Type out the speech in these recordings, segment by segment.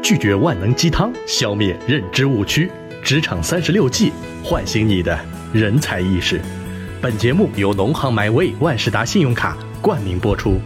拒绝万能鸡汤，消灭认知误区，职场36计，唤醒你的人才意识。本节目由农行MyWay 万事达信用卡冠名播出。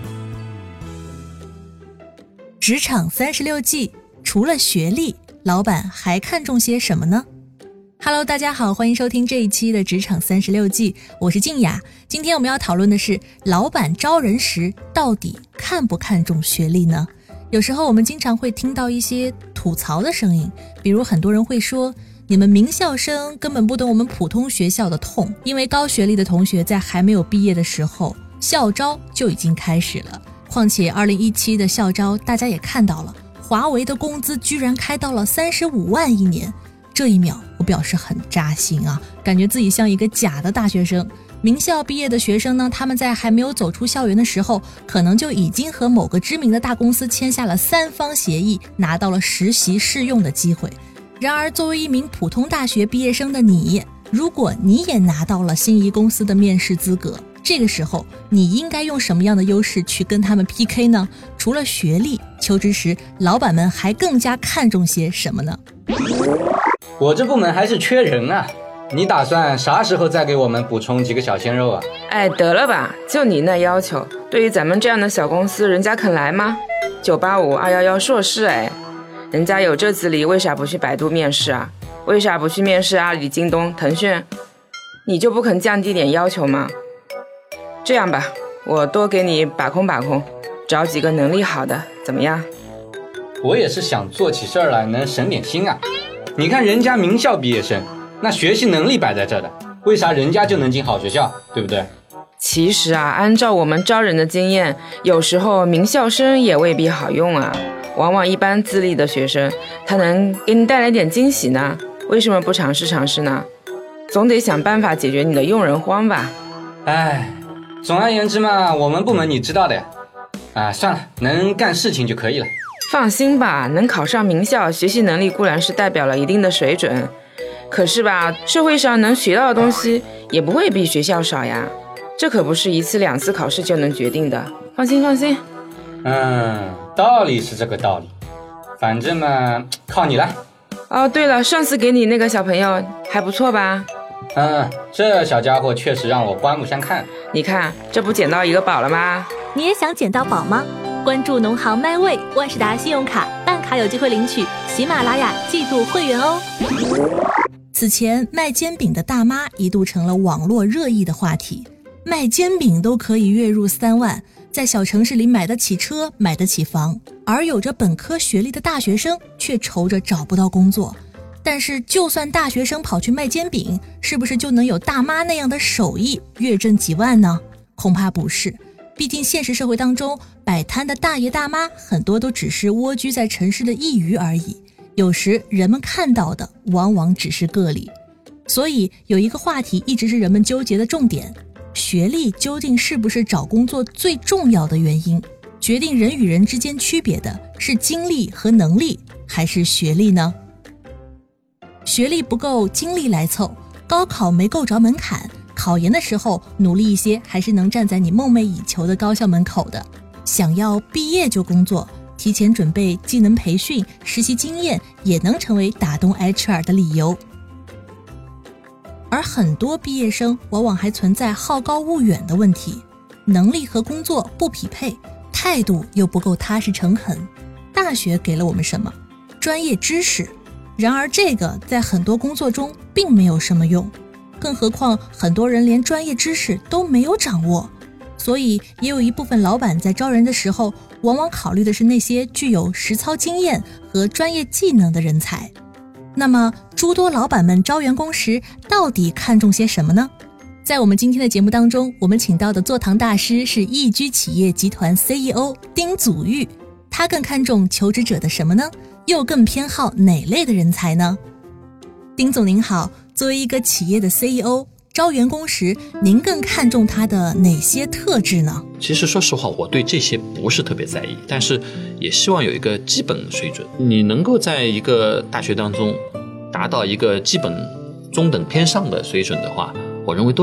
职场36计，除了学历，老板还看重些什么呢？ Hello， 大家好，欢迎收听这一期的职场36计，我是静雅。今天我们要讨论的是，老板招人时到底看不看重学历呢？有时候我们经常会听到一些吐槽的声音，比如很多人会说，你们名校生根本不懂我们普通学校的痛，因为高学历的同学在还没有毕业的时候，校招就已经开始了。况且2017的校招大家也看到了，华为的工资居然开到了35万一年，这一秒我表示很扎心啊，感觉自己像一个假的大学生。名校毕业的学生呢，他们在还没有走出校园的时候，可能就已经和某个知名的大公司签下了3方协议，拿到了实习试用的机会。然而作为一名普通大学毕业生的你，如果你也拿到了心仪公司的面试资格，这个时候你应该用什么样的优势去跟他们 PK 呢？除了学历，求职时老板们还更加看重些什么呢？ 我这部门还是缺人啊，你打算啥时候再给我们补充几个小鲜肉啊？ 哎，得了吧，就你那要求，对于咱们这样的小公司，人家肯来吗？985、211硕士，哎，人家有这资历，为啥不去百度面试啊？为啥不去面试阿里、京东、腾讯？你就不肯降低点要求吗？这样吧，我多给你把控把控，找几个能力好的，怎么样？ 我也是想做起事儿来能省点心啊。你看人家名校毕业生，那学习能力摆在这的，为啥人家就能进好学校，对不对？ 其实啊，按照我们招人的经验，有时候名校生也未必好用啊。往往一般资历的学生，他能给你带来点惊喜呢，为什么不尝试尝试呢？总得想办法解决你的用人荒吧。 哎，总而言之嘛，我们部门你知道的呀。算了，能干事情就可以了。 放心吧，能考上名校，学习能力固然是代表了一定的水准，可是吧，社会上能学到的东西也不会比学校少呀，这可不是1次2次考试就能决定的。放心放心。 道理是这个道理，反正嘛，靠你了。 哦，对了，上次给你那个小朋友还不错吧？ 这小家伙确实让我刮目相看。 你看，这不捡到一个宝了吗？ 你也想捡到宝吗？关注农行MyWay 万事达信用卡，办卡有机会领取喜马拉雅季度会员哦。此前卖煎饼的大妈一度成了网络热议的话题，卖煎饼都可以月入3万，在小城市里买得起车，买得起房，而有着本科学历的大学生却愁着找不到工作。但是就算大学生跑去卖煎饼，是不是就能有大妈那样的手艺，月挣几万呢？恐怕不是。毕竟现实社会当中，摆摊的大爷大妈很多都只是蜗居在城市的一隅而已，有时人们看到的往往只是个例。所以有一个话题一直是人们纠结的重点，学历究竟是不是找工作最重要的原因？决定人与人之间区别的是经历和能力，还是学历呢？学历不够，经历来凑，高考没够着门槛，考研的时候努力一些，还是能站在你梦寐以求的高校门口的。想要毕业就工作，提前准备技能培训、实习经验，也能成为打动 HR 的理由。而很多毕业生往往还存在好高骛远的问题，能力和工作不匹配，态度又不够踏实诚恳。大学给了我们什么？专业知识。然而这个在很多工作中并没有什么用，更何况很多人连专业知识都没有掌握，所以也有一部分老板在招人的时候，往往考虑的是那些具有实操经验和专业技能的人才。那么诸多老板们招员工时到底看重些什么呢？在我们今天的节目当中，我们请到的坐堂大师是易居企业集团 CEO 丁祖玉，他更看重求职者的什么呢？又更偏好哪类的人才呢？丁总您好，作为一个企业的 CEO， 招员工时您更看重他的哪些特质呢？ 其实说实话，我对这些不是特别在意，但是也希望有一个基本水准。你能够在一个大学当中达到一个基本中等偏上的水准的话，我认为都行。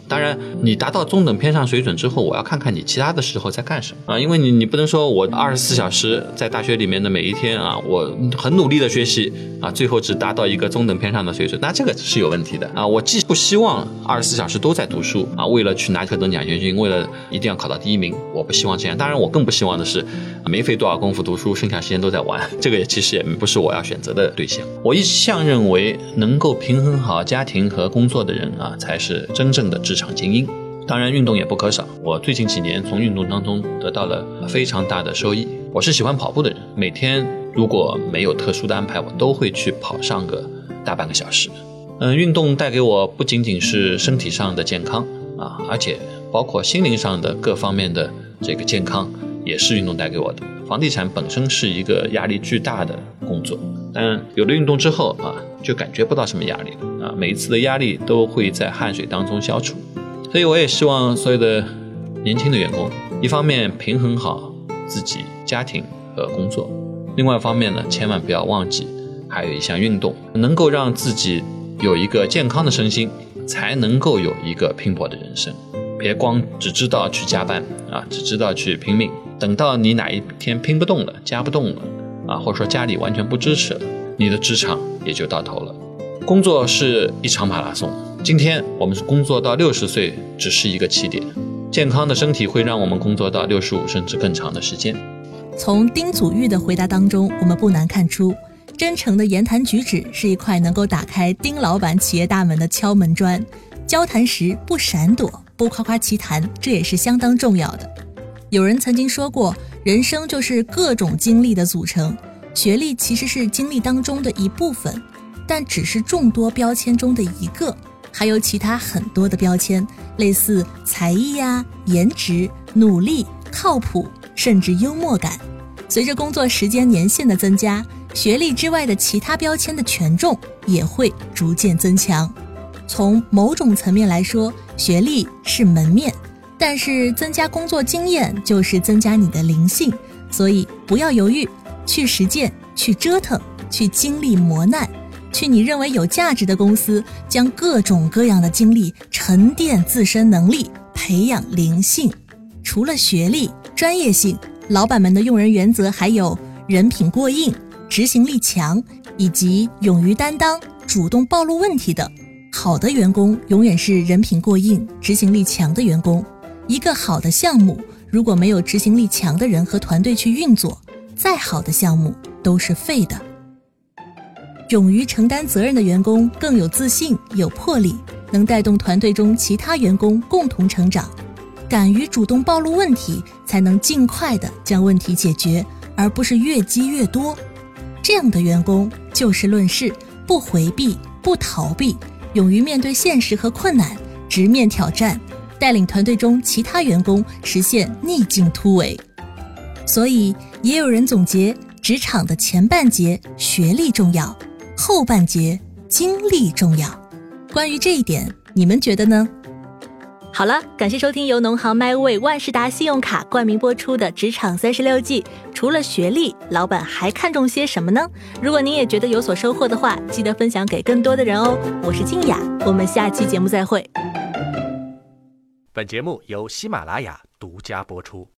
当然你达到中等偏上水准之后，我要看看你其他的时候在干什么啊，因为你不能说我24小时在大学里面的每一天啊，我很努力的学习啊，最后只达到一个中等偏上的水准，那这个是有问题的啊。我既不希望24小时都在读书啊，为了去拿特等奖学金，为了一定要考到第1名，我不希望这样。当然我更不希望的是没费多少功夫读书，剩下时间都在玩，这个其实也不是我要选择的对象。我一向认为能够平衡好家庭和工作的人啊，才是真正的职场精英。当然运动也不可少，我最近几年从运动当中得到了非常大的收益。我是喜欢跑步的人，每天如果没有特殊的安排，我都会去跑上个大半个小时。运动带给我不仅仅是身体上的健康啊，而且包括心灵上的各方面的这个健康也是运动带给我的。房地产本身是一个压力巨大的工作，但有了运动之后啊，就感觉不到什么压力了啊，每一次的压力都会在汗水当中消除。所以我也希望所有的年轻的员工，一方面平衡好自己家庭和工作，另外一方面呢，千万不要忘记还有一项运动，能够让自己有一个健康的身心，才能够有一个拼搏的人生。别光只知道去加班啊，只知道去拼命，等到你哪一天拼不动了，加不动了啊，或者说家里完全不支持了，你的职场也就到头了。工作是一场马拉松，今天我们工作到60岁只是一个起点，健康的身体会让我们工作到65甚至更长的时间。 从丁祖玉的回答当中，我们不难看出，真诚的言谈举止是一块能够打开丁老板企业大门的敲门砖。交谈时不闪躲，不夸夸其谈，这也是相当重要的。有人曾经说过，人生就是各种经历的组成，学历其实是经历当中的一部分，但只是众多标签中的一个，还有其他很多的标签，类似才艺啊、颜值、努力、靠谱，甚至幽默感。随着工作时间年限的增加，学历之外的其他标签的权重也会逐渐增强。从某种层面来说，学历是门面，但是增加工作经验就是增加你的灵性，所以不要犹豫，去实践，去折腾，去经历磨难，去你认为有价值的公司，将各种各样的经历沉淀自身能力，培养灵性。除了学历、专业性，老板们的用人原则还有人品过硬、执行力强，以及勇于担当、主动暴露问题等。好的员工永远是人品过硬、执行力强的员工。一个好的项目，如果没有执行力强的人和团队去运作，再好的项目都是废的。勇于承担责任的员工更有自信、有魄力，能带动团队中其他员工共同成长。敢于主动暴露问题，才能尽快地将问题解决，而不是越积越多。这样的员工就事论事，不回避，不逃避，勇于面对现实和困难，直面挑战，带领团队中其他员工实现逆境突围。所以也有人总结，职场的前半节学历重要，后半节经历重要。关于这一点，你们觉得呢？好了，感谢收听由农行麦味万事达信用卡冠名播出的职场36计。除了学历，老板还看重些什么呢？如果您也觉得有所收获的话，记得分享给更多的人哦。我是静雅，我们下期节目再会。 本节目由喜马拉雅独家播出。